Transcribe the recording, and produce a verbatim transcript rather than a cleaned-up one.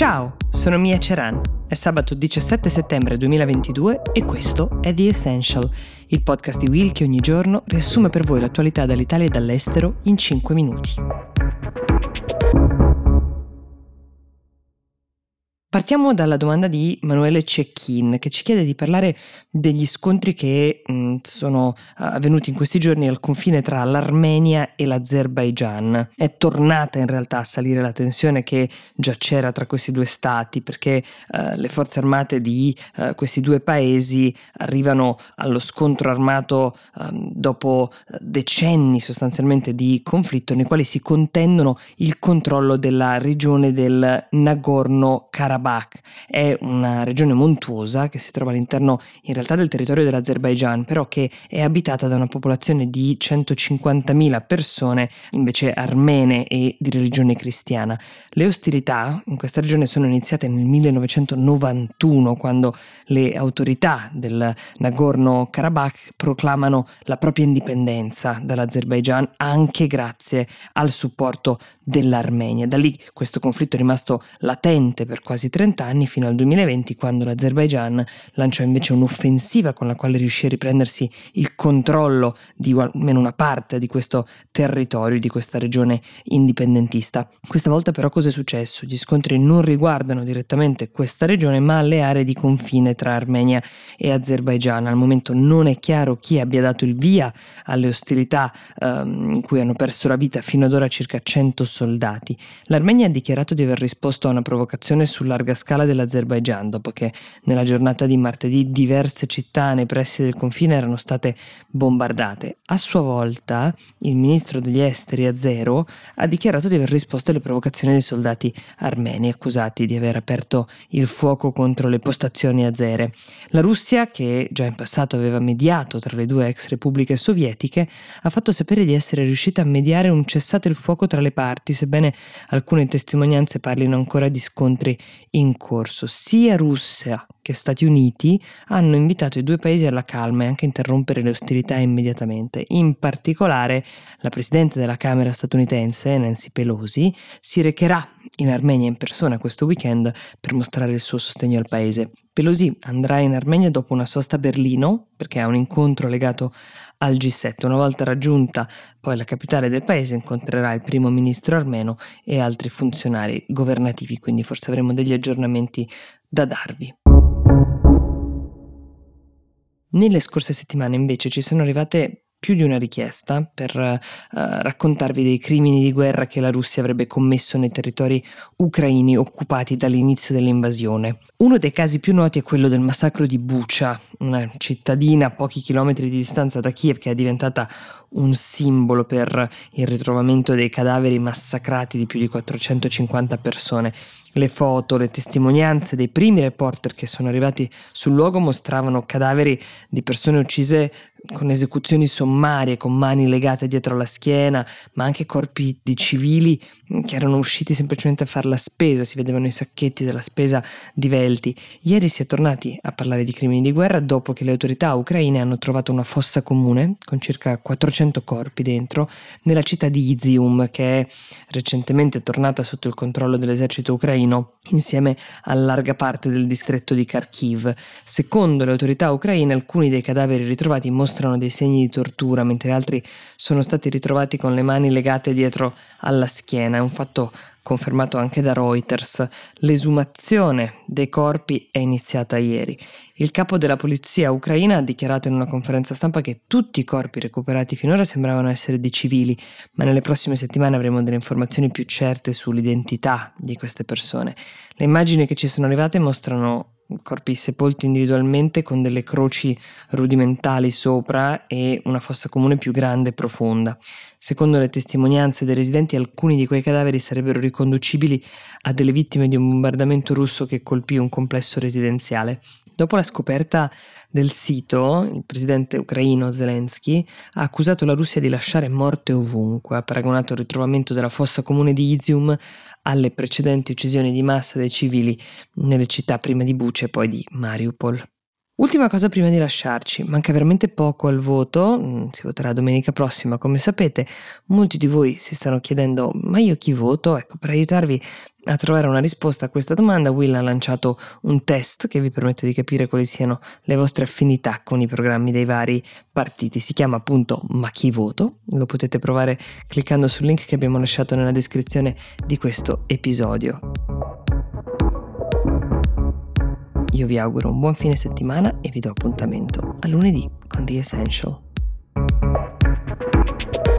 Ciao, sono Mia Ceran. È sabato diciassette settembre duemilaventidue e questo è The Essential, il podcast di Will che ogni giorno riassume per voi l'attualità dall'Italia e dall'estero in cinque minuti. Partiamo dalla domanda di Manuele Cecchin, che ci chiede di parlare degli scontri che mh, sono avvenuti in questi giorni al confine tra l'Armenia e l'Azerbaigian. È tornata in realtà a salire la tensione che già c'era tra questi due stati, perché eh, le forze armate di eh, questi due paesi arrivano allo scontro armato eh, dopo decenni sostanzialmente di conflitto, nei quali si contendono il controllo della regione del Nagorno-Karabakh. È una regione montuosa che si trova all'interno in realtà del territorio dell'Azerbaigian, però che è abitata da una popolazione di centocinquantamila persone invece armene e di religione cristiana. Le ostilità in questa regione sono iniziate nel millenovecentonovantuno, quando le autorità del Nagorno-Karabakh proclamano la propria indipendenza dall'Azerbaigian anche grazie al supporto dell'Armenia. Da lì questo conflitto è rimasto latente per quasi trenta anni, fino al duemilaventi, quando l'Azerbaigian lanciò invece un'offensiva con la quale riuscì a riprendersi il controllo di almeno una parte di questo territorio, di questa regione indipendentista. Questa volta però cosa è successo? Gli scontri non riguardano direttamente questa regione, ma le aree di confine tra Armenia e Azerbaigian. Al momento non è chiaro chi abbia dato il via alle ostilità, ehm, in cui hanno perso la vita fino ad ora circa cento soldati. L'Armenia ha dichiarato di aver risposto a una provocazione su larga scala dell'Azerbaigian, dopo che nella giornata di martedì diverse città nei pressi del confine erano state bombardate. A sua volta il ministro degli esteri azero ha dichiarato di aver risposto alle provocazioni dei soldati armeni, accusati di aver aperto il fuoco contro le postazioni azere. La Russia, che già in passato aveva mediato tra le due ex repubbliche sovietiche, ha fatto sapere di essere riuscita a mediare un cessate il fuoco tra le parti, sebbene alcune testimonianze parlino ancora di scontri in corso. Sia Russia che Stati Uniti hanno invitato i due paesi alla calma e anche a interrompere le ostilità immediatamente. In particolare, la presidente della Camera statunitense, Nancy Pelosi, si recherà in Armenia in persona questo weekend per mostrare il suo sostegno al paese. Pelosi andrà in Armenia dopo una sosta a Berlino, perché ha un incontro legato al G sette. Una volta raggiunta poi la capitale del paese, incontrerà il primo ministro armeno e altri funzionari governativi, quindi forse avremo degli aggiornamenti da darvi. Nelle scorse settimane invece ci sono arrivate più di una richiesta per uh, raccontarvi dei crimini di guerra che la Russia avrebbe commesso nei territori ucraini occupati dall'inizio dell'invasione. Uno dei casi più noti è quello del massacro di Bucha, una cittadina a pochi chilometri di distanza da Kiev che è diventata un simbolo per il ritrovamento dei cadaveri massacrati di più di quattrocentocinquanta persone. Le foto, le testimonianze dei primi reporter che sono arrivati sul luogo mostravano cadaveri di persone uccise con esecuzioni sommarie, con mani legate dietro la schiena, ma anche corpi di civili che erano usciti semplicemente a fare la spesa. Si vedevano i sacchetti della spesa divelti. Ieri si è tornati a parlare di crimini di guerra dopo che le autorità ucraine hanno trovato una fossa comune con circa quattrocento corpi dentro nella città di Izium, che è recentemente tornata sotto il controllo dell'esercito ucraino insieme a larga parte del distretto di Kharkiv. Secondo le autorità ucraine, alcuni dei cadaveri ritrovati mostrano dei segni di tortura, mentre altri sono stati ritrovati con le mani legate dietro alla schiena. È un fatto confermato anche da Reuters. L'esumazione dei corpi è iniziata ieri. Il capo della polizia ucraina ha dichiarato in una conferenza stampa che tutti i corpi recuperati finora sembravano essere di civili, ma nelle prossime settimane avremo delle informazioni più certe sull'identità di queste persone. Le immagini che ci sono arrivate mostrano corpi sepolti individualmente con delle croci rudimentali sopra e una fossa comune più grande e profonda. Secondo le testimonianze dei residenti, alcuni di quei cadaveri sarebbero riconducibili a delle vittime di un bombardamento russo che colpì un complesso residenziale. Dopo la scoperta del sito, il presidente ucraino Zelensky ha accusato la Russia di lasciare morte ovunque, ha paragonato il ritrovamento della fossa comune di Izium alle precedenti uccisioni di massa dei civili nelle città prima di Bucha e poi di Mariupol. Ultima cosa prima di lasciarci, manca veramente poco al voto, si voterà domenica prossima come sapete. Molti di voi si stanno chiedendo ma io chi voto? Ecco, per aiutarvi A trovare una risposta a questa domanda, Will ha lanciato un test che vi permette di capire quali siano le vostre affinità con i programmi dei vari partiti. Si chiama appunto Ma chi voto? Lo potete provare cliccando sul link che abbiamo lasciato nella descrizione di questo episodio. Io vi auguro un buon fine settimana e vi do appuntamento a lunedì con The Essential.